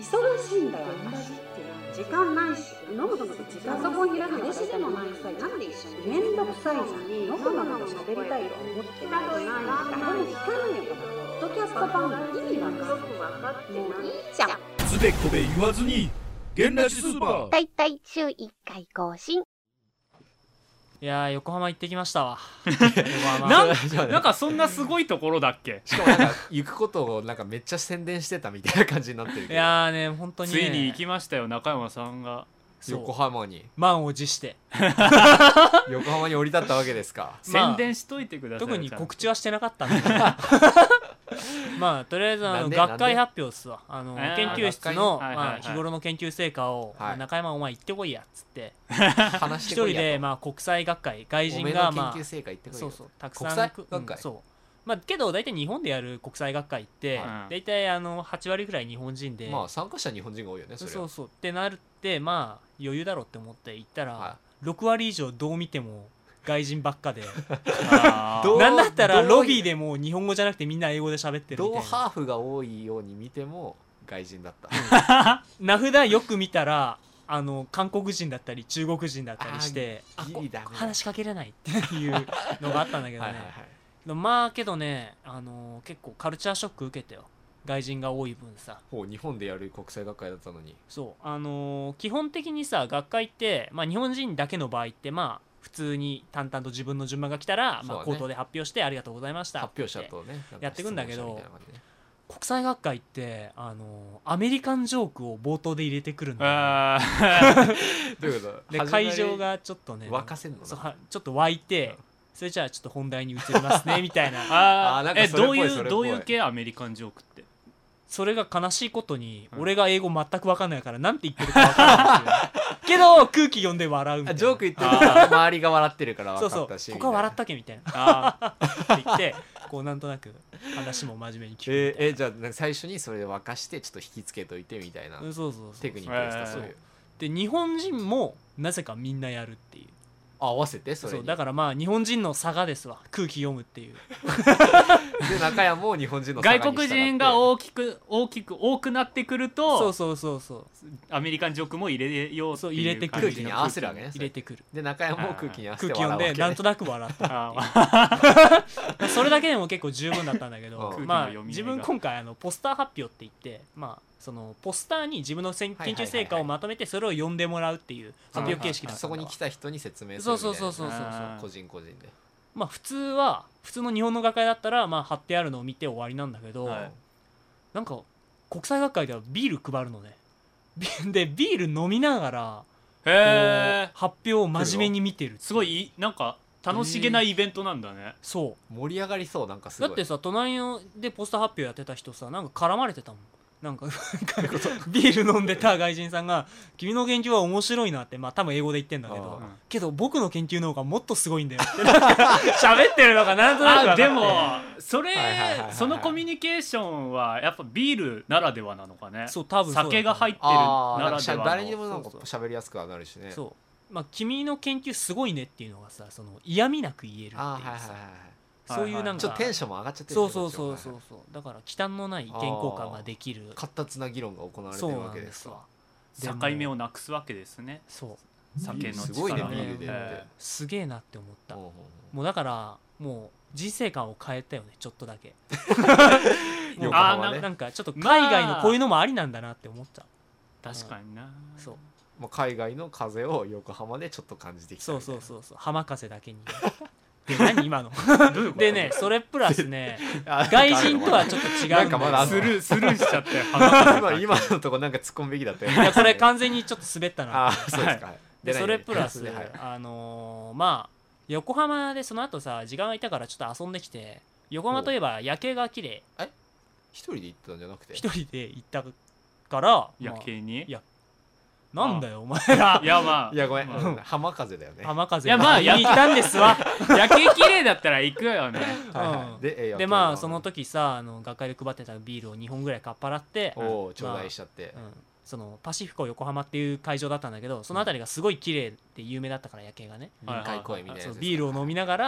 忙しいんだよ。私時間ないし、ノブと時間そこにいるの彼氏でもないさ、なんで一緒にめんどくさいのにノブのこと喋りたいと思ってないし、誰も聞かないよ。ポッドキャスト番組意味わかんない。もういいじゃん。 つべこべ言わずにゲンラジスーパーだいたい週1回更新。 いやー横浜行ってきましたわなんかそんなすごいところだっけ。 しかもなんか行くことをなんかめっちゃ宣伝してたみたいな感じになってるけど、 いやーね本当にねついに行きましたよ中山さんが。 横浜に満を持して横浜に降り立ったわけですか。 まあ宣伝しといてください。 特に告知はしてなかったんでまあとりあえずなんで学会発表っすわ。研究室の学会まあ日頃の研究成果をはい中山お前行ってこいやっつって一話してこいやと人でまあ国際学会外人おめがまあの研究成果言ってこいよそうそうたくさん国際学会そうまあけど大体日本でやる国際学会ってはい大体8割ぐらい日本人でまあ参加者日本人が多いよね。それはそうそうってなるってまあ余裕だろって思って行ったら、 は 6割以上どう見ても外人ばっかであーどうなんだったらどうロビーでもう日本語じゃなくてみんな英語で喋ってるみどたいなうハーフが多いように見ても外人だった名札よく見たら韓国人だったり中国人だったりしてギリダメだ話しかけれないっていうのがあったんだけどねはいはいはいまあけどね結構カルチャーショック受けたよ外人が多い分さ。 ほう日本でやる国際学会だったのに。 そう基本的にさ学会って、まあ、日本人だけの場合ってまあ普通に淡々と自分の順番が来たら、まあ、 そうだね口頭で発表してありがとうございました発表者とねやってくんだけどなんか質問者みたいな感じね国際学会ってアメリカンジョークを冒頭で入れてくるんだよね、 あーどういうことで始まり会場がちょっとね沸かせんのなそうはちょっと湧いて、それじゃあちょっと本題に移りますねみたいなあなんかそれっぽいどういうそれっぽいどういう系アメリカンジョークって。 それが悲しいことに、 うん俺が英語全く分かんないからなんて言ってるか分かんないんですよけど空気読んで笑うみたいなあジョーク言ってるから周りが笑ってるからそうそう分かったしここは笑ったっけみたいなあって言ってこうなんとなく話も真面目に聞くみたいじゃあ最初にそれで沸かしてちょっと引きつけといてみたいなな、そうそうそうテクニックですか、 えーそういうで日本人もなぜかみんなやるっていう合わせてそれにそうだからまあ日本人の差がですわ空気読むっていうで中山も日本人の外国人が大きく多くなってくるとそうそうアメリカンジョークも入れようっていうそう入れてくる感じの空気に合わせるわけね入れてくるで中山も空気に合わせ空気て笑うわけ、 読んでなんとなく笑ったあそれだけでも結構十分だったんだけどうんまあ空気の読み合いが自分今回ポスター発表って言ってまあそのポスターに自分の研究成果をまとめてそれを読んでもらうっていう発表形式だったんだわそこに来た人に説明するそうみたいなそうあー個人個人でまあ普通の日本の学会だったらまあ貼ってあるのを見て終わりなんだけど、 はいなんか国際学会ではビール配るのねでビール飲みながらへえ発表を真面目に見てるってうすごいなんか楽しげなイベントなんだね。 そう盛り上がりそうなんかすごいだってさ隣のでポスター発表やってた人さなんか絡まれてたもんなんかビール飲んでた外人さんが「君の研究は面白いな」ってまあ多分英語で言ってんだけどあけど僕の研究の方がもっとすごいんだよってなんか喋ってるのがなんとなく分かってでもそはいはいはいはいれそのコミュニケーションはやっぱビールならではなのかね。 そう多分そうだ酒が入ってるあーなんかならではの。 誰にでもなんかそう喋りやすくはなるしねそうまあ君の研究すごいねっていうのがさその嫌味なく言えるっていうあーはいはいさはいそういうなんかちょっとテンションも上がっちゃってるそうねそうそうこっちもそうそうだから忌憚のない原稿感ができる活発な議論が行われてそうるなんでわわけですすかでも境目をなくすわけですね。 そう酒の力すごいねビールですげえなって思ったほうほうもうだからもう人生観を変えたよねちょっとだけもう横浜ねなんかちょっと海外のこういうのもありなんだなって思った確かにな。 そうもう海外の風を横浜でちょっと感じてきたそうみたいなそう浜風だけにで何今のでねそれプラスねあ外人とはちょっと違うんだよなんかまだあんのスルーしちゃって今のとこなんか突っ込むべきだったよいやこれ完全にちょっと滑ったなあーそうですかでそれプラス、 ではいまあ横浜でその後さ時間空いたからちょっと遊んできて横浜といえば夜景が綺麗一人で行ったんじゃなくて一人で行ったから夜景に。 いやなんだよお前らいやまあいやごめんまあ浜風だよね浜風いやまあに行ったんですわ夜景綺麗だったら行くよね。 はいはいうんででまあその時さ学会で配ってたビールを2本ぐらいかっぱらっておお頂戴しちゃってまあそのパシフィコ横浜っていう会場だったんだけどその辺りがすごい綺麗で有名だったから夜景がねはい臨海公園みたいなやつですかそうビールを飲みながら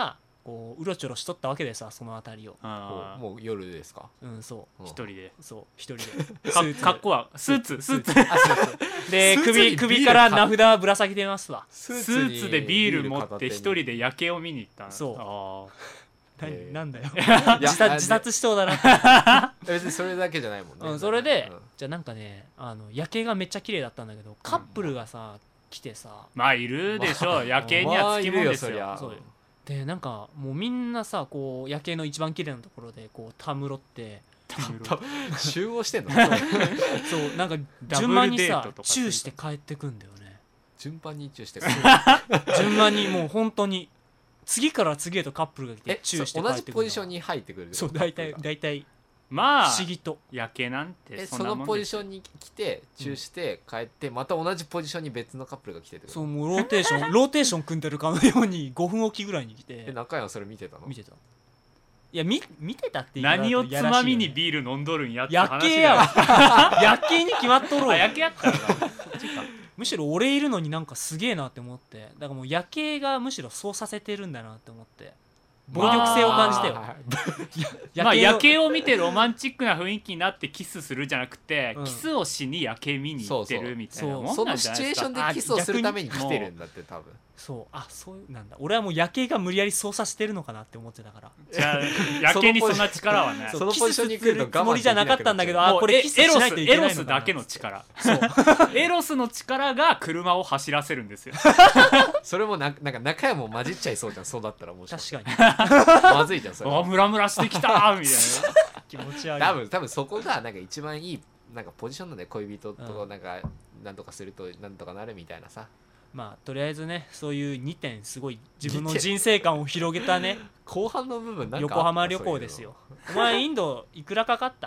こううろちょろしとったわけでさ、その辺りを。 あーもう夜ですか？ うんそ一人でうそう一人で格好はスーツあ、そうでスーツにビール首から名札ぶら下げてますわ。 スーツでビール持って一人で。 で夜景を見に行ったそうへーなんだよいや自殺しそうだな別にそれだけじゃないもんね。 うん、それで、 うんじゃあなんかね夜景がめっちゃ綺麗だったんだけど、カップルがさ来てさ、 まあいるでしょう、夜景にはつきもんですよ、 まあいるよそりゃそうよでなんかもうみんなさこう夜景の一番綺麗なところでこうたむろって集合してんの？ そうなんか順番にさダブルデートとかチューして帰ってくんだよね。 順番にチューして順番にもう本当に次から次へとカップルが来てチューして帰同ってくるじポジションに入ってくる。 そう大体まあ不思議と夜景なんてそそんなのポもんですよジションに来てチューして帰ってまた同じポジションに別のカップルが来てってこと？ そうもうローテーション組んでるかのように5分おきぐらいに来て中山それ見てたの？ 見てた。いや見てたって言い方だと何をつまみにービール飲んどるんやって夜話景やわだよ夜景に決まっとろうあ夜景やったのかむしろ俺いるのになんかすげえなって思って、だからもう夜景がむしろそうさせてるんだなって思って暴力性を感じたよ、 まあまあ夜の景を見てロマンチックな雰囲気になってキスするじゃなくて、 うんキスをしに夜景見に行ってるみたいなもそんなんじゃのシチュエーシないですか。 ョンでキスをするために来てるんだって多分。 そういうなんだ俺はもう夜景が無理やり操作してるのかなって思ってたからじゃあ夜景にそんな力はないそのポジションに来るとキスすつもりじゃなかったんだけど、 もうこれキスしないといけないのかなエロスだけの力エロスの力が車を走らせるんですよ。 それもなんか中山も混じっちゃいそうじゃん。そうだったらもしかし確てかにまずいじゃんそれあムラムラしてきたーみたいな。 気持ち悪い多分そこがなんか一番いいなんかポジションなんで、恋人となんかなんとかするとなんとかなるみたいなさ。 まあとりあえずねそういう2点すごい自分の人生観を広げたね後半の部分なんかあった横浜旅行ですよ。お前インドいくらかかった？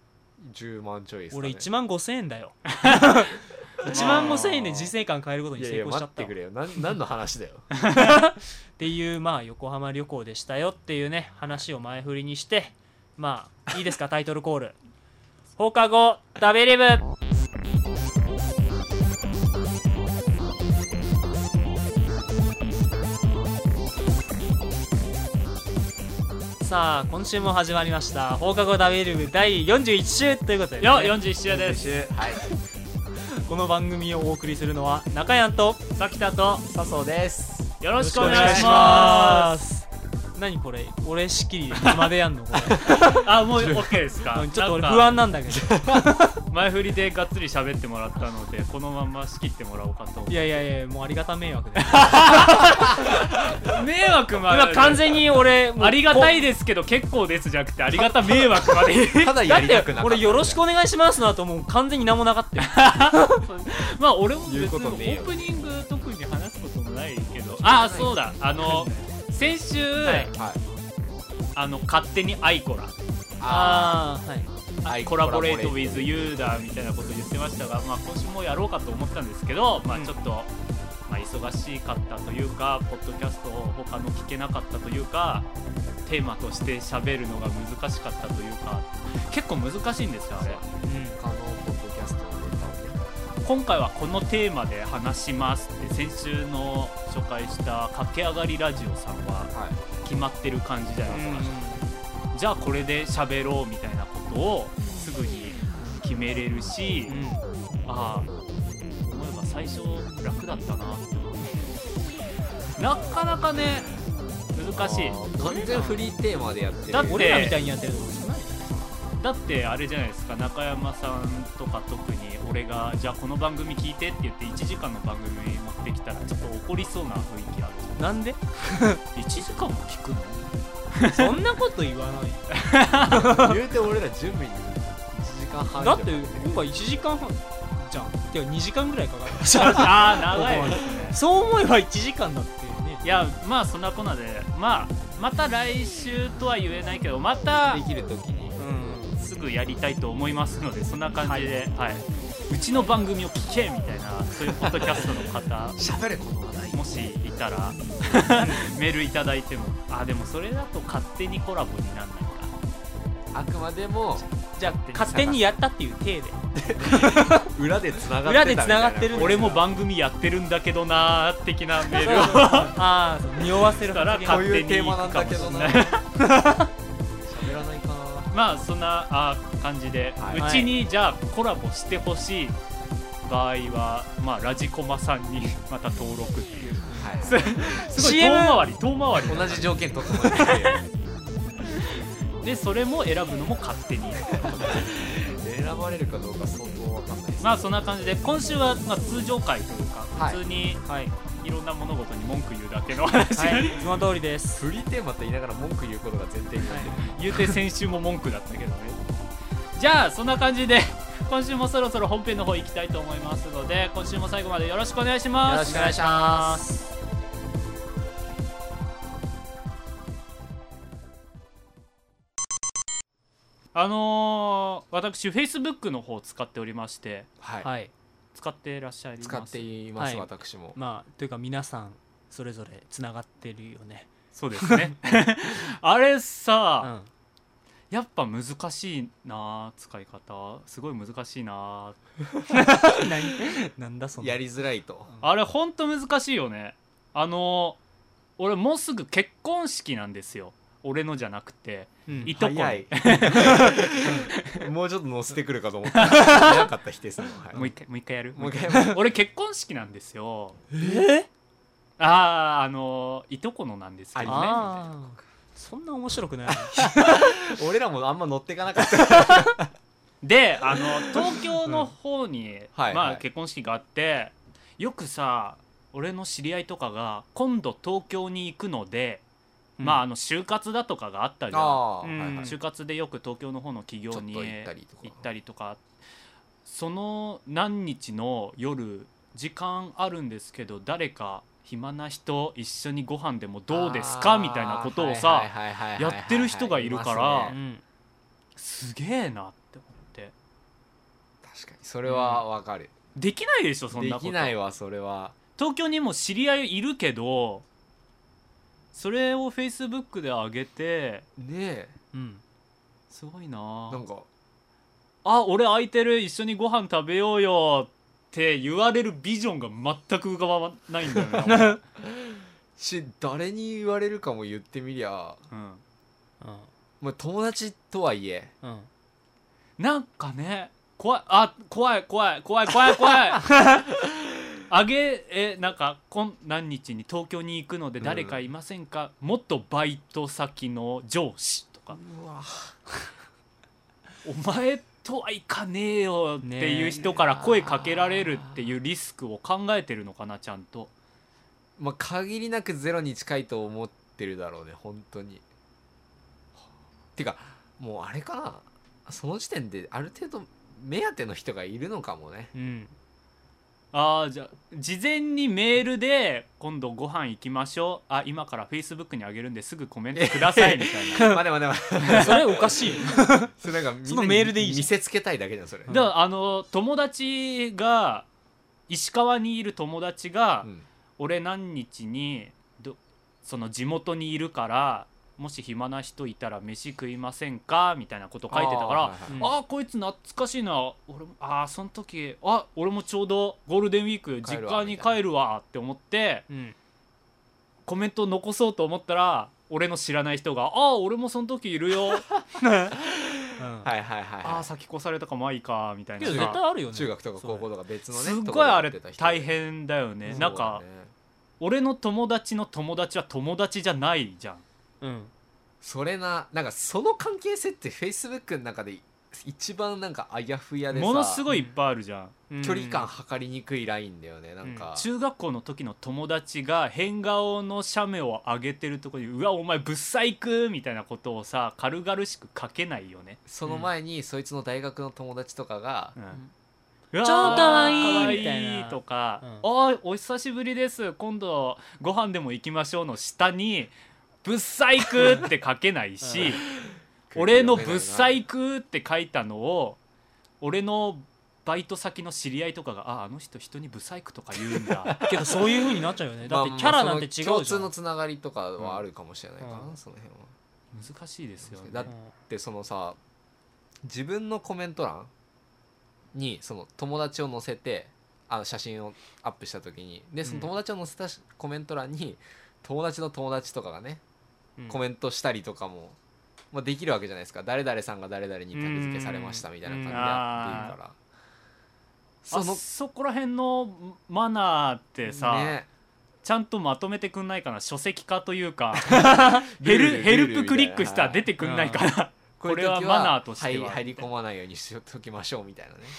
10万ちょいですかね。 俺1万5000円だよ1万5000円で人生観変えることに成いやいや功しちゃってたわ待っくれよ。何の話だよ。 っていうまあ横浜旅行でしたよっていうね話を前振りにして、まあいいですかタイトルコール放課後ダベリブ。さあ今週も始まりました放課後ダベリブ第41週ということで、ね、 よ41週です。 はい。 この番組をお送りするのは中谷とさきたと笹生です。 よろしくお願いしま。 す。何これ俺仕切りで今でやんのこれあもう OK ですか。 ちょっと俺なんか不安なんだけど前振りでがっつり喋ってもらったのでこのまま仕切ってもらおうかと。 いやもうありがた迷惑で迷惑まで今完全に俺もうありがたいですけど結構ですじゃなくてありがた迷惑までただやりたくなかった。 俺よろしくお願いしますの後もう完全に何もなかったよまあ俺も別にオ言うことねえよープニング特に話すこともないけど、あそうだ先週、 はいはい。 勝手にアイコラはいコラボレート with you だみたいなこと言ってましたが、まあ、今週もやろうかと思ったんですけど、まあ、ちょっと、まあ、忙しかったというかポッドキャストを他の聞けなかったというかテーマとして喋るのが難しかったというか結構難しいんですよあれ。 他のポッドキャストのネタをね。 今回はこのテーマで話しますって先週の紹介した駆け上がりラジオさんははい。 決まってる感じじゃないですか、じゃあこれで喋ろうみたいなことをすぐに決めれるし、ああ思えば最初楽だったなって思う。なかなかね難しい。 完全フリーテーマでやってる。 だって俺らみたいにやってるの少ないだってあれじゃないですか、中山さんとか特に俺がじゃあこの番組聞いてって言って1時間の番組持ってきたらちょっと怒りそうな雰囲気あるじなんでゃん。1時間も聞くのそんなこと言わない言うて俺ら準備に1時間半だって今回1時間半じゃんてか2時間ぐらいかかるああ長いですね。 そう思えば1時間だってねいやまあそんなこんなで、まあ、また来週とは言えないけどまたできるときにすぐやりたいと思いますのでそんな感じで、はいうちの番組を聞けみたいなそういうポッドキャストの方喋れこの話題。 もしいたらメールいただいても。あでもそれだと勝手にコラボになんないか。 あくまでもじゃあ勝手にやったっていう体で裏でつながってた裏で繋がってる俺も番組やってるんだけどなー的なメールをああ匂わせるしたら発言こういうテーマなんだけどな喋らないかな。 まあそんな感じで、 はいうちにじゃあコラボしてほしい場合は、まあ、ラジコマさんにまた登録っていうはいすごい CM 遠回り同じ条件整えてでそれも選ぶのも勝手に選ばれるかどうか相当わかんないです。 まあそんな感じで今週はまあ通常回というかはい普通にはいいろんな物事に文句言うだけの話、 はいその通りですフリーテーマって言いながら文句言うことが前提になってる。 言うて先週も文句だったけどね。じゃあそんな感じで今週もそろそろ本編の方行きたいと思いますので今週も最後までよろしくお願いします。 よろしくお願いします。 私 Facebook の方を使っておりましてはい、 はい使っていらっしゃいます。 使っています、 はい私も。 まあというか皆さんそれぞれつながってるよねそうですねあれうさ、 んやっぱ難しいな使い方すごい難しいななんだそんなやりづらいと。 あれほんと難しいよね。俺もうすぐ結婚式なんですよ。俺のじゃなくてうんいとこの早いもうちょっと乗せてくるかと思った早かった否定するの、はい、 もう一回やるもう一回俺結婚式なんですよ。いとこのなんですけどね。 あーそんな面白くない俺らもあんま乗ってかなかったで東京の方に、 はいはい結婚式があってよくさ俺の知り合いとかが今度東京に行くので、就活だとかがあったじゃん。 うんあはいはい就活でよく東京の方の企業にちょっと行ったりとかその何日の夜時間あるんですけど誰か暇な人一緒にご飯でもどうですかみたいなことをさやってる人がいるからいますねうんすげえなって思って確かにそれはわかる、 できないでしょそんでなこと。 きないわそれは。 東京にも知り合いいるけどそれを Facebook で上げてねうんすごいなえなんかあ俺空いてる一緒にご飯食べようよって言われるビジョンが全く浮かばないんだよね誰に言われるかも言ってみりゃ、 うんまあ、友達とはいえうんなんかね怖いなんか何日に東京に行くので誰かいませんか、元バイト先の上司とかうわお前とはいかねえよっていう人から声かけられるっていうリスクを考えてるのかなちゃんと。 まあ限りなくゼロに近いと思ってるだろうね本当に。てかもうあれかなその時点である程度目当ての人がいるのかもね。 うんじゃあ事前にメールで今度ご飯行きましょう今から Facebook にあげるんですぐコメントくださいみたいな待てそれおかしいそれなんかみんなにそのメールでいいじゃん見せつけたいだけじゃんそれ。 だから友達が石川にいる友達が、 うん俺何日にその地元にいるからもし暇な人いたら飯食いませんかみたいなこと書いてたからこいつ懐かしいな俺もその時俺もちょうどゴールデンウィーク実家に帰るわって思ってうんコメント残そうと思ったら俺の知らない人が俺もその時いるよはいはいはい先越されたかまあいいかみたいなけど絶対あるよね中学とか高校とか別のねすっとごいあれこでやってた人大変だよね。なんかそうだね俺の友達の友達は友達じゃないじゃん。 うんそれなんかその関係性って Facebook の中で一番なんかあやふやでさものすごいいっぱいあるじゃん。 距離感測りにくいラインだよねなんか、 中学校の時の友達が変顔の写メを上げてるところにうわお前ぶっ細工みたいなことをさ軽々しく書けないよね。 その前にそいつの大学の友達とかが、 超かわいいみたいなとか、 うんお久しぶりです今度ご飯でも行きましょうの下にぶっ細工って書けないし、俺のぶっ細工って書いたのを俺のバイト先の知り合いとかがあの人にブサイクとか言うんだけどそういう風になっちゃうよねだってキャラなんて違うじゃん共通のつながりとかはあるかもしれないかな、その辺は難しいですよね。 だってそのさ自分のコメント欄にその友達を載せて写真をアップした時にでその友達を載せたコメント欄に友達の友達とかがねコメントしたりとかも、まあ、できるわけじゃないですか。誰々さんが誰々にタグ付けされましたみたいな感じでやっていいからそこら辺のマナーってさ、 ね、 ちゃんとまとめてくんないかな。書籍化というかヘルプクリックしたら出てくんないかなこれはマナーとしては入り込まないようにしときましょうみたいなね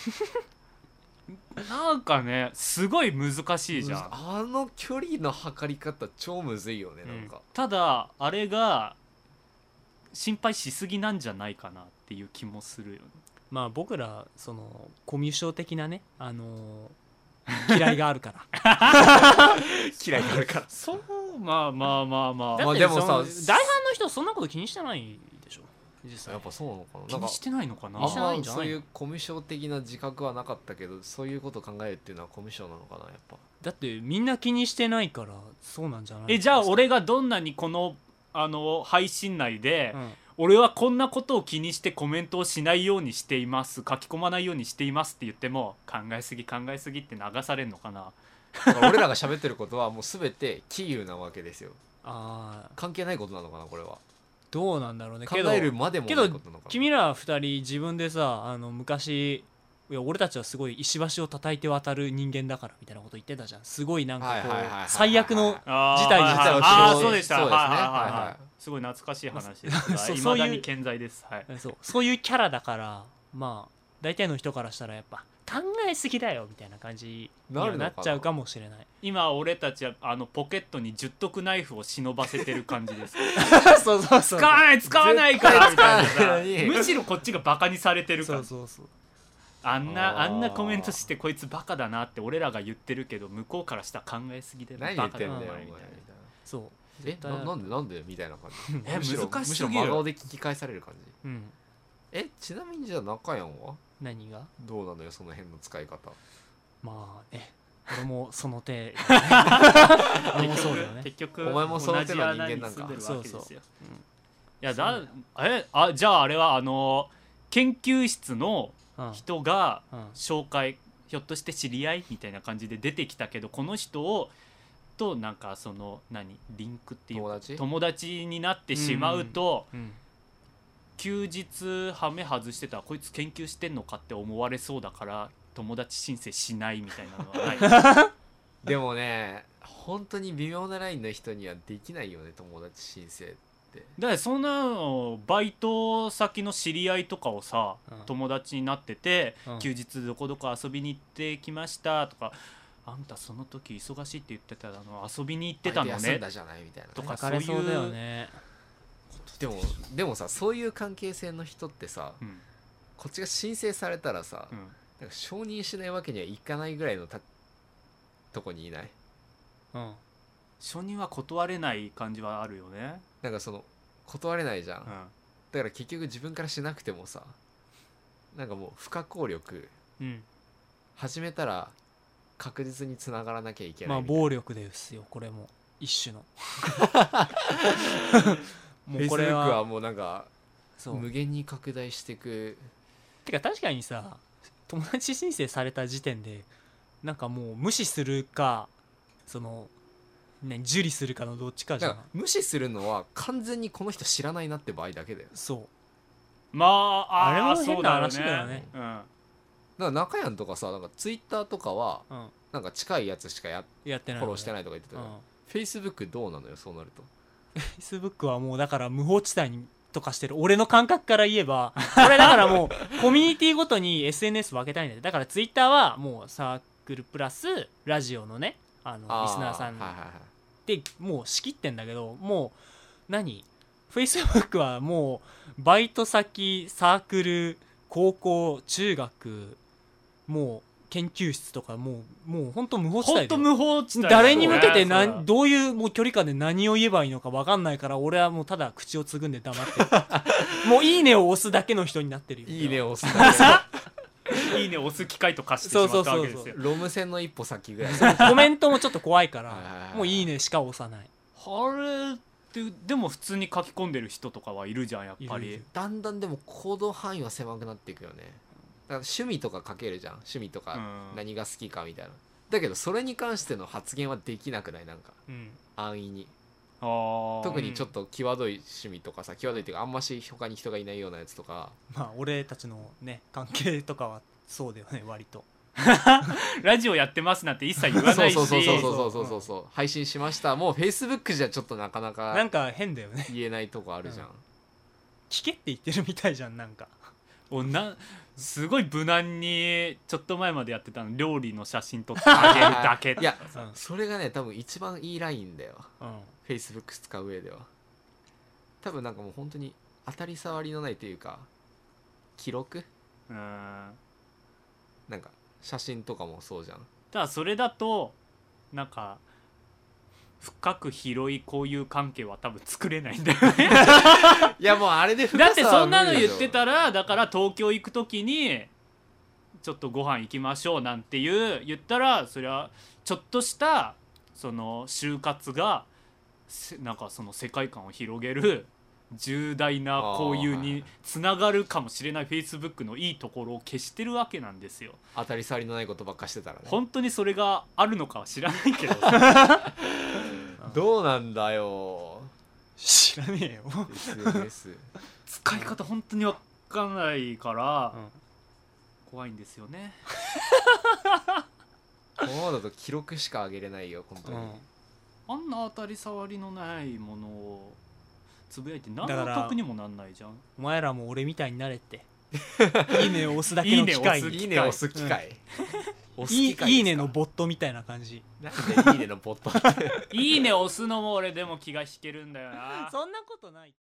なんかねすごい難しいじゃん。 あの距離の測り方超むずいよね。なんか、 ただあれが心配しすぎなんじゃないかなっていう気もするよね。 まあ僕らそのコミュ障的なね嫌いがあるから嫌いがあるからそうまあまあまあまあだってでもさその大半の人そんなこと気にしてないでしょ実際。 やっぱそうなのかな。 気にしてないのかな。 あんしてないんじゃないまそういうコミュ障的な自覚はなかったけどそういうことを考えるっていうのはコミュ障なのかなやっぱ。 だってみんな気にしてないからそうなんじゃないじゃあ俺がどんなにこの配信内で、 うん俺はこんなことを気にしてコメントをしないようにしています、書き込まないようにしていますって言っても考えすぎって流されるのかな。 だから俺らが喋ってることはもう全て杞憂なわけですよ。 ああ関係ないことなのかなこれは。 どうなんだろうね。 考えるまでもないことなのかな。 君ら二人自分でさ昔いや俺たちはすごい石橋を叩いて渡る人間だからみたいなこと言ってたじゃん。すごいなんかこう最悪の事態自体をそうでした。 そうですね。 はいはいはいはいはい。 すごい懐かしい話ですがそう未だに健在です。はい。 そういうキャラだからまあ大体の人からしたらやっぱ考えすぎだよみたいな感じにはなっちゃうかもしれない。 今俺たちはポケットに10徳ナイフを忍ばせてる感じです。 そうそうそう使わないからみたいな絶対使わないむしろこっちがバカにされてるから。 そうあんなコメントしてこいつバカだなって俺らが言ってるけど向こうからしたら考えすぎで何言ってんだよバカだなお前みたいな。 そうなんでみたいな感じ。 難しすぎるむしろ真顔で聞き返される感じ。 うんちなみにじゃあ中山は何がどうなのよその辺の使い方。 まあね俺もその手俺もそうだよね。 結局お前もその手の人間なんか同じ穴に住んでるわけですよ。 そういやじゃああれは研究室のうん人がうん紹介、ひょっとして知り合いみたいな感じで出てきたけどこの人となんかそのリンクっていうか友達になってしまうと、 うん休日ハメ外してたらこいつ研究してんのかって思われそうだから友達申請しないみたいなのはないでもね本当に微妙なラインの人にはできないよね友達申請って。 だからそんなのバイト先の知り合いとかをさ、 うん友達になってて、 うん休日どこどこ遊びに行ってきましたとか、あんたその時忙しいって言ってた遊びに行ってたのね休んだじゃないみたいなね。 とか書かれそうだよね。 でもさそういう関係性の人ってさうんこっちが申請されたらさ、 うんなんか承認しないわけにはいかないぐらいのとこにいない。 うん初任は断れない感じはあるよね。 なんかその断れないじゃん、 うんだから結局自分からしなくてもさなんかもう不可抗力うん始めたら確実に繋がらなきゃいけないまあみたいな。 暴力ですよこれも一種のもうこ Facebook れははもうなんかそう無限に拡大していく。 てか確かにさ友達申請された時点でなんかもう無視するかその受理するかのどっちかじゃんだから無視するのは完全にこの人知らないなって場合だけだよ。 そうまああれもそう変な話だよねうんだから中谷とかさなんか Twitter とかはうんなんか近いやつしかやってないフォローしてないとか言ってたうんけど、Facebook どうなのよそうなると。 Facebook はもうだから無法地帯にとかしてる俺の感覚から言えば俺だからもうコミュニティごとに SNS 分けたいんだよ。だから Twitter はもうサークルプラスラジオのねリスナーさんはいはいはいでもう仕切ってんだけどもうFacebook はもうバイト先サークル高校中学もう研究室とかもう本当無法地帯でほんと無法地帯誰に向けてそうだよどういうもう距離感で何を言えばいいのか分かんないから俺はもうただ口をつぐんで黙ってるもういいねを押すだけの人になってるよ。 いいねを押すだいいね押す機会と化してしまったわけですよ。 けロム線の一歩先ぐらい。 コメントもちょっと怖いかはいはいはいらもういいねしか押さない。 あれでも普通に書き込んでる人とかはいるじゃんやっぱりいるいるだんだんでも行動範囲は狭くなっていくよね。だから趣味とか書けるじゃん、趣味とかうん何が好きかみたいな。だけどそれに関しての発言はできなくない？なんかうん安易に。 あー特にちょっと際どい趣味とかさ、際どいっていうかあんまし他に人がいないようなやつとか。 まあ俺たちのね関係とかはそうだよね割と。 ラジオやってますなんて一切言わないしそうそう配信しましたもう Facebook じゃちょっとなかななかんか変だよね。 言えないとこあるじゃん、 聞けって言ってるみたいじゃんなんか。 すごい無難にちょっと前までやってたの料理の写真撮ってあげるだけいやうんそれがね多分一番いいラインだよ、 うん Facebook 使う上では。多分なんかもう本当に当たり障りのないというか記録うんなんか写真とかもそうじゃん。 ただそれだとなんか深く広い交友関係は多分作れないんだよねいやもうあれで深さだってそんなのは無理でしょ言ってたらだから東京行く時にちょっとご飯行きましょうなんて言ったらそれはちょっとしたその就活がなんかその世界観を広げる重大な交友につながるかもしれない Facebook のいいところを消してるわけなんですよ。 当たり障りのないことばっかしてたらね。 本当にそれがあるのかは知らないけどどうなんだよ知らねえよ。 SNS 使い方本当に分かんないからうん怖いんですよね。 このままだと記録しか上げれないよ本当に、 あんな当たり障りのないものをつぶやいて何のだから得にもなんないじゃん。 お前らも俺みたいになれって。いいねを押すだけの機会に。 いいねいいね押す機会、押す機会ですかいいねのボットみたいな感じ。 なんでいいねのボットっていいね押すのも俺でも気が引けるんだよな。 そんなことないって。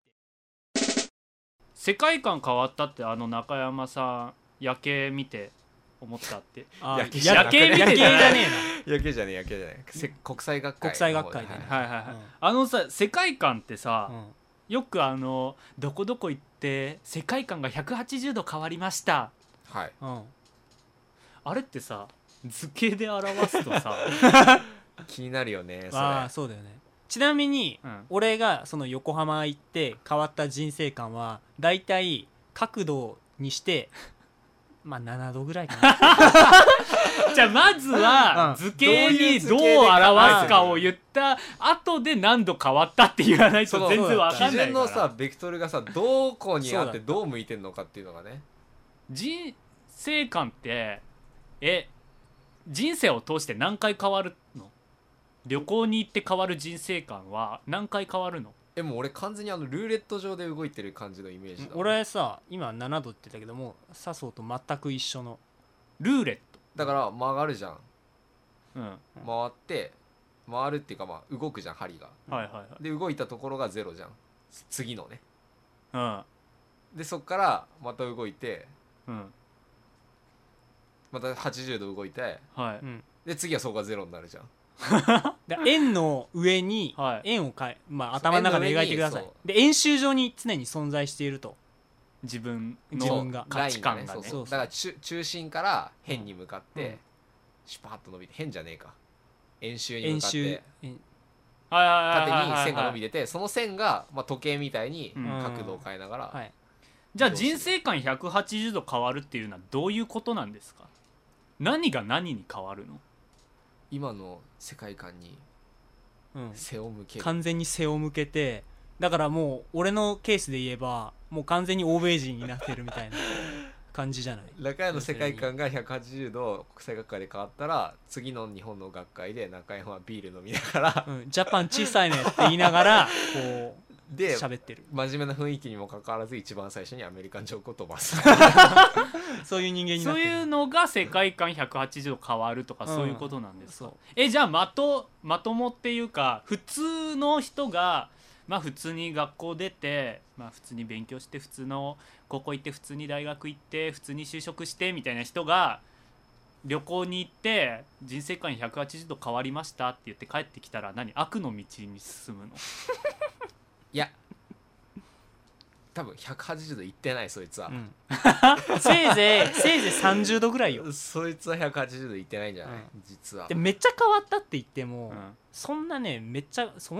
世界観変わったって中山さん夜景見て思ったってあ夜景じゃなくて夜景見て夜景じゃね夜景じゃねえ夜景じゃない国際学会国際学会でねの方はいはいはい、 うんさ世界観ってさえ、な。うんよくどこどこ行って世界観が180度変わりましたはいうんあれってさ図形で表すとさ、 気になるよねそれああそうだよね。ちなみにうん俺がその横浜行って変わった人生観はだいたい角度にしてまあ7度ぐらいかな。 じゃあまずはうん図形にどう表すかを言った後で何度変わったって言わないそのと全然わか基んないから。 準のさベクトルがさどこにあってそうだったどう向いてんのかっていうのがね人生観って人生を通して何回変わるの？旅行に行って変わる人生観は何回変わるの？ もう俺完全にルーレット上で動いてる感じのイメージだ俺さ今7度って言ったけども笹生と全く一緒の。 ルーレッだから曲がるじゃんト。うん。 回って回るっていうかまあ動くじゃん針がはいはいはい。 で動いたところがゼロじゃん次のねうんでそっからまた動いてうんまた80度動いてはい、 うんで次はそこがゼロになるじゃんで円の上にはい円をまあ、頭の中で描いてください円の上に。 で円周上に常に存在していると。 自分の自分が価値観がね。 そうだから中心から辺に向かって、 うんシュパーッと伸びて辺じゃねえか円周に向かっ円周てはいはいはい縦はいはいに線が伸びててその線が、まあ、時計みたいにうん角度を変えながら、 はい。 じゃあ人生観180度変わるっていうのはどういうことなんですか？何が何に変わるの？ 今の世界観にうん。 背を向ける完全に背を向けて、だからもう俺のケースで言えばもう完全に欧米人になってるみたいな感じじゃない。 中山の世界観が180度国際学会で変わったら次の日本の学会で中山はビール飲みながらうん。ジャパン小さいねって言いながらこうで喋ってる。 真面目な雰囲気にもかかわらず一番最初にアメリカンジョークを飛ばすそういう人間になってる。 そういうのが世界観180度変わるとかそういうことなんですか？ そう。 じゃあまともっていうか普通の人がまあ普通に学校出て、まあ、普通に勉強して普通の高校行って普通に大学行って普通に就職してみたいな人が旅行に行って人生観180度変わりましたって言って帰ってきたら何悪の道に進むの？ いや多分180度いってないそいつはう、ん、せいぜい30度ぐらいよ。 そいつは180度いってないんじゃない、 うん実はでめっちゃ変わったって言っても、 うんそんなねめっちゃほんと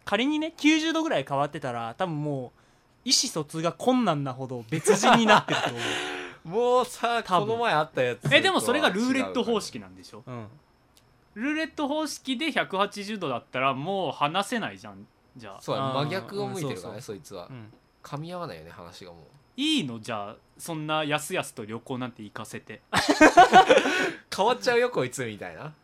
仮にね90度ぐらい変わってたら多分もう意思疎通が困難なほど別人になってると思うもうさ多分この前あったやつでもそれがルーレット方式なんでしょ。 うんルーレット方式で180度だったらもう話せないじゃん。じゃあそうあー真逆を向いてるからね、 うんそいつはうん噛み合わないよね話がもういいのじゃあそんなやすやすと旅行なんて行かせて変わっちゃうよこいつみたいな。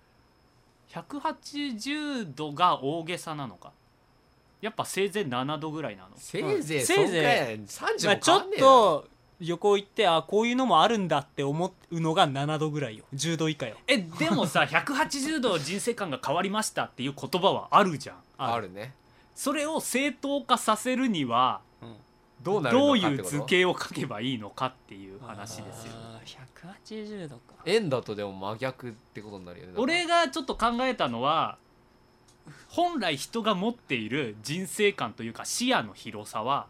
180度が大げさなのか。やっぱせいぜい7度ぐらいなの。 せいぜいうんそうかせいぜや30 まあちょっも変わんねえなと旅行行ってこういうのもあるんだって思うのが7度ぐらいよ10度以下よでもさ180度人生観が変わりましたっていう言葉はあるじゃん。 あるね。 それを正当化させるにはどうなるのどういうかってこと図形を書けばいいのかっていう話ですよ。 180度か円だとでも真逆ってことになるよね。だから俺がちょっと考えたのは本来人が持っている人生観というか視野の広さは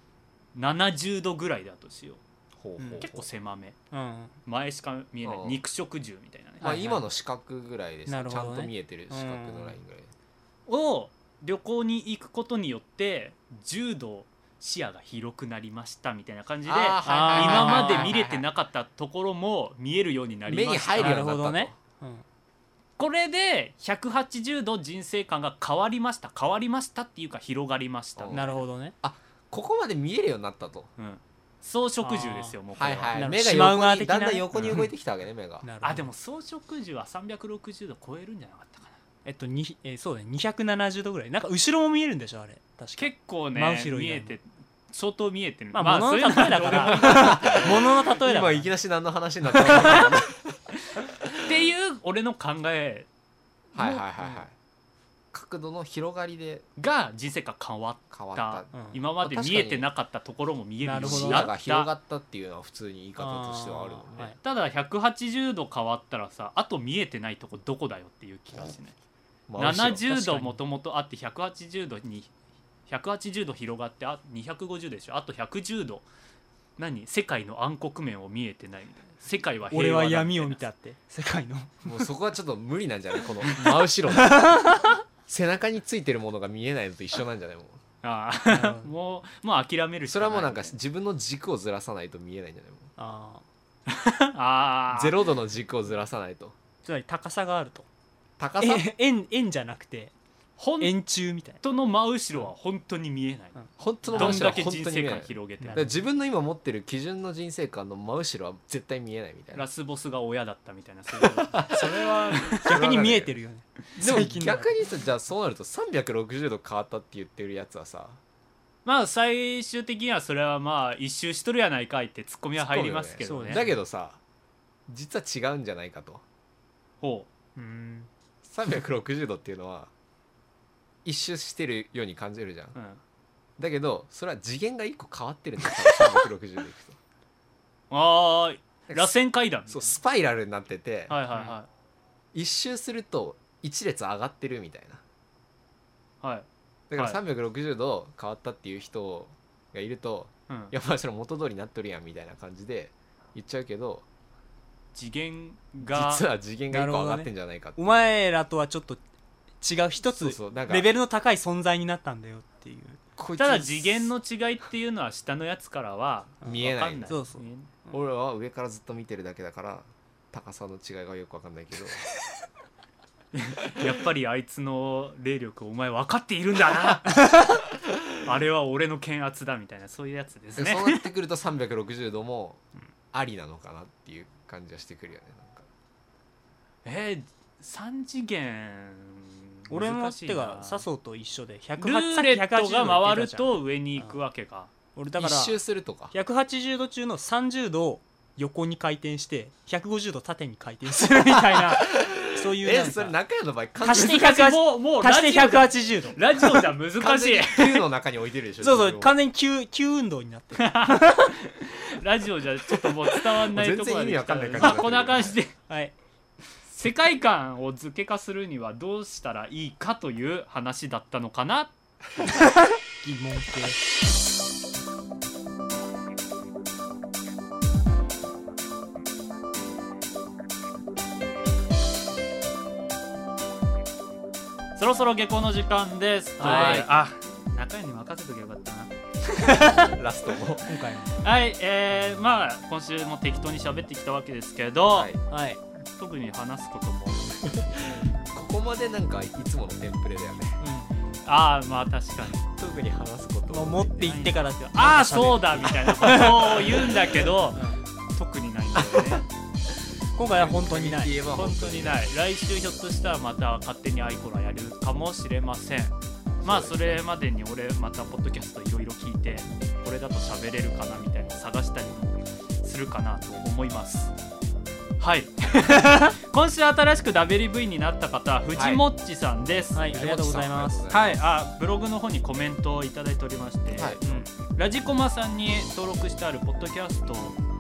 70度ぐらいだとしよほうほうほうう。結構狭め、 うん前しか見えないうん肉食獣みたいなね、 まあはいはい今の四角ぐらいですねちゃなるほどねんと見えてる四角のラインぐらい。 を旅行に行くことによって10度視野が広くなりましたみたいな感じであーはいはいはいはい今まで見れてなかったところも見えるようになり目にました。 入るようになったと。 なるほどねこれで180度人生観が変わりましたっていうか広がりました、 うんなるほどねここまで見えるようになったと。 うん、装飾獣ですよもうこれは、 はいはい。 なる目がシマウマ横に的なねだんだん横に動いてきたわけね目が。 なるほどあでも装飾獣は360度超えるんじゃなかったかな。 そうだね270度ぐらいなんか後ろも見えるんでしょあれ確か結構ね真後ろ以外も見えて相当見えてる。 まあ物の例えそういうのはだから物の例えだから今いきなし何の話になったのか分かんないっていう俺の考えはいはいはいはい。角度の広がりでが人生観変わっ変わった。 うん今まで見えてなかったところも見えるように視なるほどなっ野が広がた。 ったっていうのは普通に言い方としてはあるもんあーはいね。 ただ180度変わったらさあと見えてないとこどこだよっていう気がしない。 まあ 70度確かにもともとあって180度広がって250でしょ。あと110度世界の暗黒面を見えてないみたいな。世界は平俺和だみたいなは闇を見たって世界のもうそこはちょっと無理なんじゃないこの真後ろの背中についてるものが見えないのと一緒なんじゃないもうあなるほどあもう諦めるしかないそれはもうなんか自分の軸をずらさないと見えないんじゃないもあああう0度の軸をずらさないとつまり高さがあると高さ円じゃなくて本円柱みたいな当の真後ろは本当に見えない、 本当のどん真後ろはだけ人生本当に見えない観広げてだから自分の今持ってる基準の人生観の真後ろは絶対見えないみたいなラスボスが親だったみたいなそういうそれは逆に見えてるよねでも最近の逆にさじゃあそうなると360度変わったって言ってるやつはさまあ最終的にはそれはまあ一周しとるやないかいってツッコミは入りますけどね。 そうねだけどさ実は違うんじゃないかとほうん 360度っていうのは一周してるように感じるじゃんう、うん、 だけどそれは次元が1個変わってるんだよ360度いくとああ螺旋階段そうスパイラルになってて、 はいはいは一周すると一列上がってるみたいないはい、 だからはい 360度変わったっていう人がいると、 うん、 いやまあそれ元通りになっとるやんみたいな感じで言っちゃうけど次元が実は次元が1個上がってんじゃないかってお前らとはちょっと違う一そうつそうなんかレベルの高い存在になったんだよっていうこいつただ次元の違いっていうのは下のやつからは見えないわかんないそうそう見え俺は上からずっと見てるだけだから高さの違いがよくわかんないけどやっぱりあいつの霊力お前分かっているんだなあれは俺の剣圧だみたいなそういうやつですね。 そうなってくると360度もありなのかなっていう感じはしてくるよねなんか 3次元俺も難しいな手が笹生と一緒でルーレットが回る 180 と上に行くわけか。 俺だから一周するとか 180度中の30度を横に回転して150度縦に回転するみたいなそういうなんかそれ中屋の場合足して難しい 180 もう足してラジオ 180度ラジオじゃ難しい完全に球の中に置いてるでしょそうそう自分を完全に急運動になってるラジオじゃちょっともう伝わんないところまで来た全然意味わかんない感じになってるまあこんな感じではい世界観を図形化するにはどうしたらいいかという話だったのかな。 疑問系そろそろ下校の時間です。 はいということであ、中谷に任せとけばよかったな。 ラストも今回もはい、まあ今週も適当に喋ってきたわけですけど、 はいはい特に話すこともここまでなんかいつものテンプレだよね。 ああまあ確かに特に話すこともう持って行ってからってああそうだみたいなことを言うんだけど特にないんだよね。 今回は本当にない。 言えば本当にない。来週ひょっとしたらまた勝手にアイコラやるかもしれません。まあそれまでに俺またポッドキャストいろいろ聞いてこれだと喋れるかなみたいなの探したりもするかなと思います。はい今週新しく WV になった方藤もっちさんです。 はい、ありがとうございます。 はい、あブログの方にコメントをいただいておりまして、 はいラジコマさんに登録してあるポッドキャスト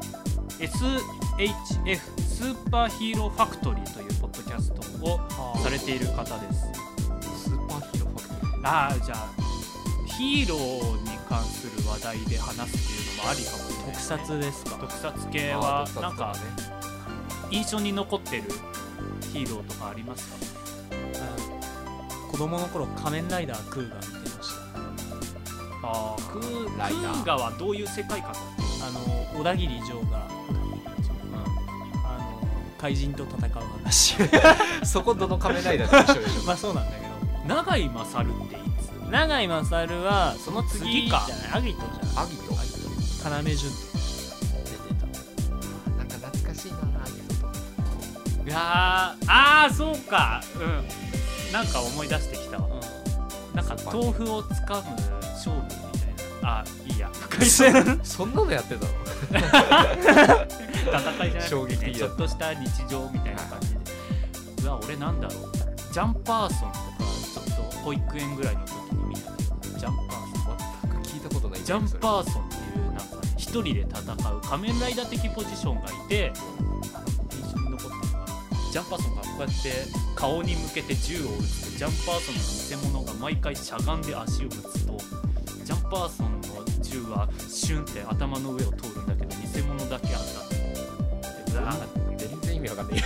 SHF スーパーヒーローファクトリーというポッドキャストをされている方です。 スーパーヒーローファクトリー。 ああじゃあヒーローに関する話題で話すっていうのもありかもしれない特ですね。 撮ですか。 特撮系はなんか印象に残ってるヒーローとかありますか？ 子供の頃仮面ライダークーガ見てました。 あークーライダーガはどういう世界観だっ小田切城が怪人と戦う話そこどの仮面ライダーと一緒でしょ。 まあそうなんだけど、 た？永井勝っていつ？ 永井勝はその次じゃないアギトじゃないアギト要潤となんか懐かしいなアギトと。 いやーあーそうかなんか思い出してきたわ。なんか豆腐をつかむ勝負みたいな。あいいやそんなのやってたの？ 戦いじゃな衝撃的だくてねちょっとした日常みたいな感じで、うわ俺なんだろうジャンパーソンとかちょっと保育園ぐらいの時に見たけどジャンパーソン全く聞いたことない。 ジャンパーソンっていうなんか一人で戦う仮面ライダー的ポジションがいて印象に残ってるのがジャンパーソンがこうやって顔に向けて銃を撃つとジャンパーソンの偽物が毎回しゃがんで足を打つとジャンパーソンの銃はシュンって頭の上を通るんだけど偽物だけ当たってうわー全然意味わかんない。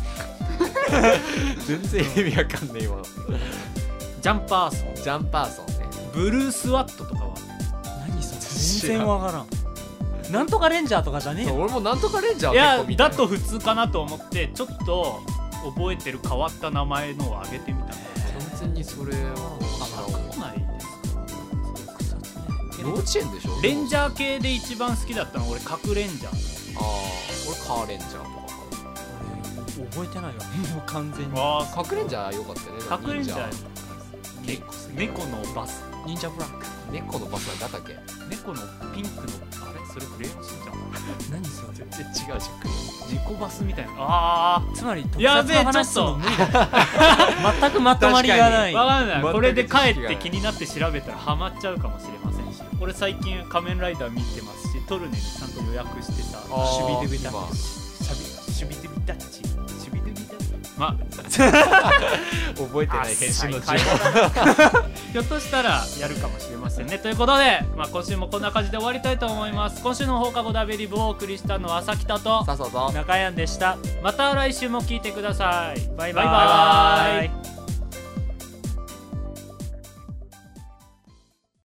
全然意味わかんない今の。 ジャンパーソンジャンパーソンね。 ブルースワットとかは何それ全然わからん。なんとかレンジャーとかじゃねえよ。 俺もなんとかレンジャーいや結構見ただと普通かなと思ってちょっと覚えてる変わった名前のを挙げてみたの。 完全にそれを来ないですか？ 幼稚園でしょ。 レンジャー系で一番好きだったのは俺核レンジャー。 ああ俺カーレンジャーとか覚えてないわ。もう完全に。 あか核レンジャー良かったね。 核レンジャー忍猫のバス忍者ブラック。 猫のバスは誰だっけ？ 猫のピンクのあれそれクレヨンしんちゃん何それ。 全然違うじゃん。 猫バスみたいなあつまり特撮やべえの話すちょっとの無理だよ。全くまとまりがない。 わかんない全くこれで帰っ知識がないて気になって調べたらハマっちゃうかもしれませんし俺最近仮面ライダー見てますしトルネにちゃんと予約してさあーシュビドゥビタ今ッチシュビドゥビタッチシュビドゥビタッチまあ覚えてない編集の浅い順会話だなひょっとしたらやるかもしれませんねということで、まあ、今週もこんな感じで終わりたいと思います。今週の放課後ダベリブをお送りしたのは朝北とさあそうそう中山でした。 また来週も聞いてください。バイバイバイバイ。